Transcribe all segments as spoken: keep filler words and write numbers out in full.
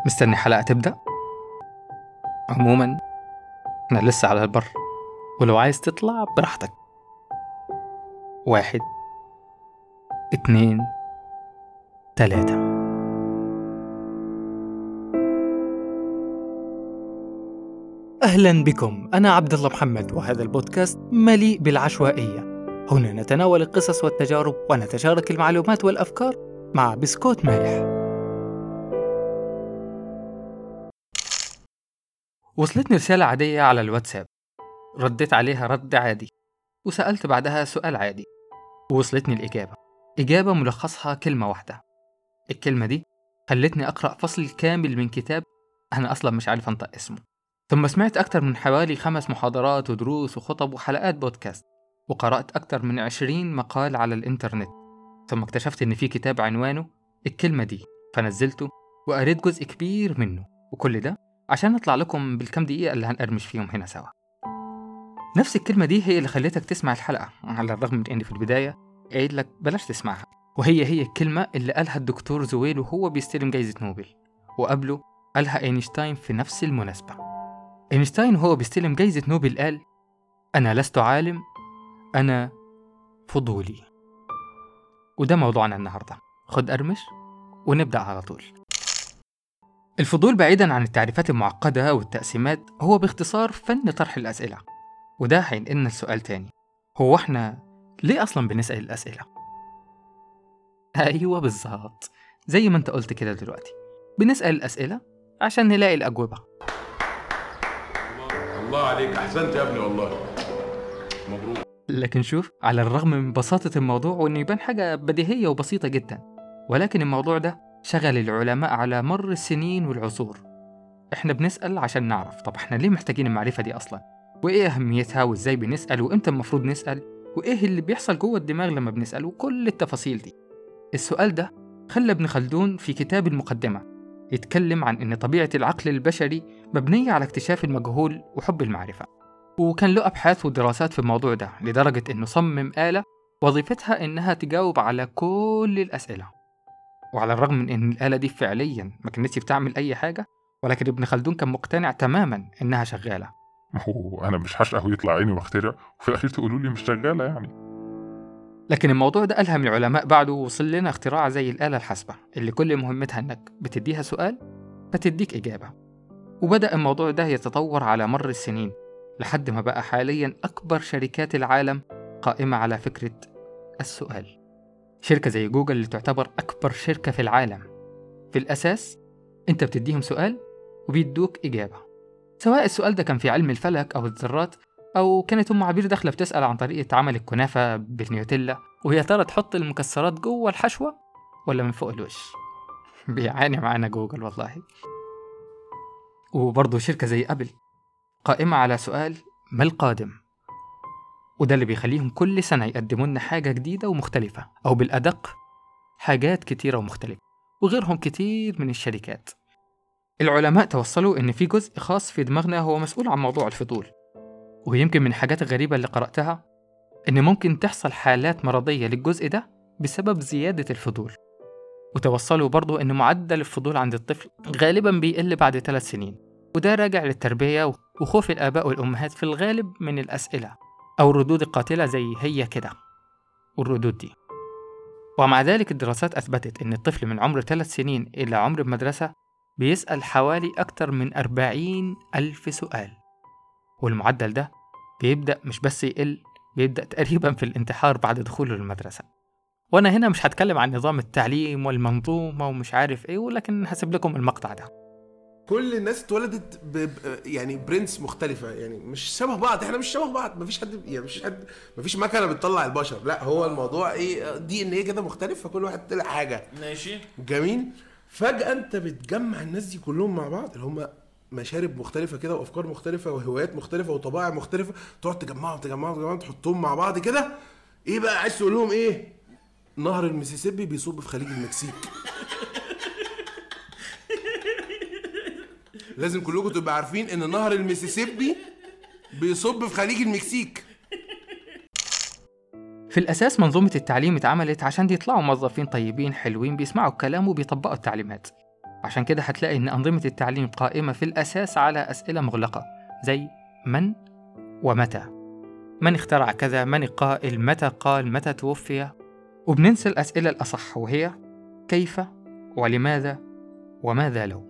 مستني حلقة تبدأ؟ عموما احنا لسه على البر، ولو عايز تطلع براحتك. واحد اتنين تلاتة. أهلا بكم، أنا عبد الله محمد، وهذا البودكاست مليء بالعشوائية. هنا نتناول القصص والتجارب ونتشارك المعلومات والأفكار مع بسكوت مالح. وصلتني رسالة عادية على الواتساب، رديت عليها رد عادي، وسألت بعدها سؤال عادي، ووصلتني الإجابة إجابة ملخصها كلمة واحدة. الكلمة دي خلتني أقرأ فصل كامل من كتاب أنا أصلا مش عارف أنطق اسمه. ثم سمعت أكتر من حوالي خمس محاضرات ودروس وخطب وحلقات بودكاست، وقرأت أكتر من عشرين مقال على الإنترنت. ثم اكتشفت إن في كتاب عنوانه الكلمة دي، فنزلته وقريت جزء كبير منه، وكل ده عشان أطلع لكم بالكم دقيقة اللي هنقرمش فيهم هنا سوا. نفس الكلمة دي هي اللي خليتك تسمع الحلقة، على الرغم من إني في البداية قايل لك بلاش تسمعها. وهي هي الكلمة اللي قالها الدكتور زويل وهو بيستلم جايزة نوبل، وقبله قالها أينشتاين في نفس المناسبة. أينشتاين وهو بيستلم جايزة نوبل قال: أنا لست عالم، أنا فضولي. وده موضوعنا النهاردة، خد أرمش ونبدأ على طول. الفضول بعيداً عن التعريفات المعقدة والتقسيمات هو باختصار فن طرح الأسئلة. وده هينقلنا لسؤال تاني، هو احنا ليه أصلاً بنسأل الأسئلة؟ أيوة بالظبط، زي ما انت قلت كده دلوقتي، بنسأل الأسئلة عشان نلاقي الأجوبة. الله عليك، أحسنت يا ابني والله، مبروك. لكن شوف، على الرغم من بساطة الموضوع وإنه يبان حاجة بديهية وبسيطة جدا، ولكن الموضوع ده شغل العلماء على مر السنين والعصور. احنا بنسأل عشان نعرف، طب احنا ليه محتاجين المعرفة دي أصلا؟ وإيه أهميتها؟ وإزاي بنسأل؟ وإمتى المفروض نسأل؟ وإيه اللي بيحصل جوه الدماغ لما بنسأل؟ وكل التفاصيل دي. السؤال ده خلى ابن خلدون في كتاب المقدمة يتكلم عن إن طبيعة العقل البشري مبنية على اكتشاف المجهول وحب المعرفة، وكان له أبحاث ودراسات في الموضوع ده، لدرجة إنه صمم آلة وظيفتها إنها تجاوب على كل الأسئلة. وعلى الرغم من إن الآلة دي فعلياً ما كانتش بتعمل أي حاجة، ولكن ابن خلدون كان مقتنع تماماً إنها شغالة. هو أنا مش هشقى ويطلع عيني واخترع وفي الأخير تقولوا لي مش شغالة يعني. لكن الموضوع ده ألهم العلماء بعده، ووصل لنا اختراع زي الآلة الحاسبة اللي كل مهمتها إنك بتديها سؤال فتديك إجابة. وبدأ الموضوع ده يتطور على مر السنين لحد ما بقى حالياً أكبر شركات العالم قائمة على فكرة السؤال. شركة زي جوجل اللي تعتبر أكبر شركة في العالم، في الأساس أنت بتديهم سؤال وبيدوك إجابة، سواء السؤال ده كان في علم الفلك أو الذرات، أو كانت أم عبير داخلة بتسأل عن طريقة عمل الكنافة بالنيوتيلا، وهي ترى تحط المكسرات جوه الحشوة ولا من فوق الوش. بيعاني معانا جوجل والله. وبرضه شركة زي أبل قائمة على سؤال ما القادم، وده اللي بيخليهم كل سنة يقدموا لنا حاجة جديدة ومختلفة، أو بالأدق حاجات كتيرة ومختلفة، وغيرهم كتير من الشركات. العلماء توصلوا إن في جزء خاص في دماغنا هو مسؤول عن موضوع الفضول، ويمكن من الحاجات الغريبة اللي قرأتها إن ممكن تحصل حالات مرضية للجزء ده بسبب زيادة الفضول. وتوصلوا برضو إن معدل الفضول عند الطفل غالبا بيقل بعد ثلاث سنين، وده راجع للتربية وخوف الآباء والأمهات في الغالب من الأسئلة أو الردود القاتلة زي هي كده والردود دي. ومع ذلك الدراسات أثبتت إن الطفل من عمر ثلاث سنين إلى عمر المدرسة بيسأل حوالي أكتر من أربعين ألف سؤال، والمعدل ده بيبدأ مش بس يقل، بيبدأ تقريبا في الانتحار بعد دخوله للمدرسة. وأنا هنا مش هتكلم عن نظام التعليم والمنظومة ومش عارف إيه، ولكن هسيب لكم المقطع ده. كل الناس اتولدت ب... ب... يعني برنس مختلفة، يعني مش شبه بعض، احنا مش شبه بعض، مفيش حد يعني مفيش حد مفيش مكنة بتطلع البشر، لا هو الموضوع ايه، دي ان هي كده مختلف، فكل واحد طلع حاجة. ماشي جميل. فجأة انت بتجمع الناس دي كلهم مع بعض، اللي هم مشارب مختلفة كده وافكار مختلفة وهوايات مختلفة وطبائع مختلفة، تقعد تجمعهم تجمعهم تجمعهم تحطهم مع بعض كده. ايه بقى عايز تقول لهم ايه؟ نهر المسيسيبي بيصب في خليج المكسيك. لازم كلكم تبقوا عارفين ان نهر المسيسيبي بيصب في خليج المكسيك. في الأساس منظومة التعليم اتعملت عشان يطلعوا موظفين طيبين حلوين بيسمعوا الكلام وبيطبقوا التعليمات، عشان كده هتلاقي إن أنظمة التعليم قائمة في الأساس على أسئلة مغلقة زي من ومتى، من اخترع كذا، من القائل، متى قال، متى توفي. وبننسى الأسئلة الأصح وهي كيف ولماذا وماذا لو.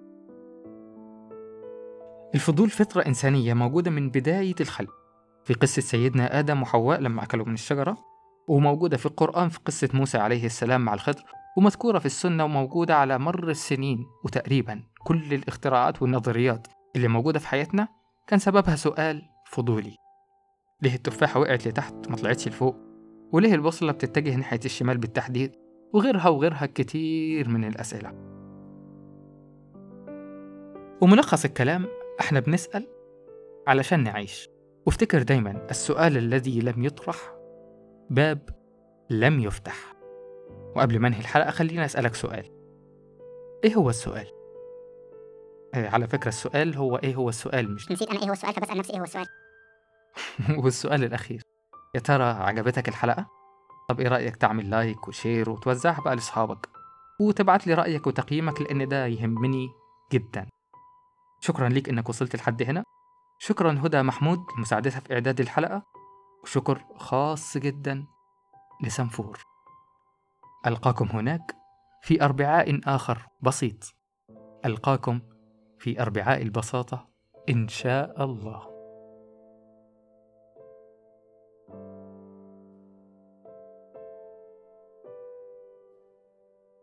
الفضول فطرة إنسانية موجودة من بداية الخلق، في قصة سيدنا آدم وحواء لما أكلوا من الشجرة، وموجودة في القرآن في قصة موسى عليه السلام مع الخضر، ومذكورة في السنة وموجودة على مر السنين. وتقريبا كل الاختراعات والنظريات اللي موجودة في حياتنا كان سببها سؤال فضولي. ليه التفاحة وقعت لتحت ما طلعتش لفوق؟ وليه البوصلة بتتجه ناحية الشمال بالتحديد؟ وغيرها وغيرها كتير من الأسئلة. وملخص الكلام، احنا بنسأل علشان نعيش. وافتكر دايما السؤال الذي لم يطرح باب لم يفتح. وقبل ما انهي الحلقة خلينا أسألك سؤال. ايه هو السؤال؟ آه على فكرة السؤال هو ايه هو السؤال، مش نسيت انا ايه هو السؤال فبسأل نفسي ايه هو السؤال. والسؤال الأخير، يا ترى عجبتك الحلقة؟ طب ايه رأيك تعمل لايك وشير وتوزعها بقى لأصحابك، وتبعت لي رأيك وتقييمك لأن ده يهمني جدا. شكرا ليك إنك وصلت لحد هنا. شكرا هدى محمود لمساعدتها في إعداد الحلقة، وشكر خاص جدا لسنفور. ألقاكم هناك في أربعاء آخر بسيط. ألقاكم في أربعاء البساطة إن شاء الله.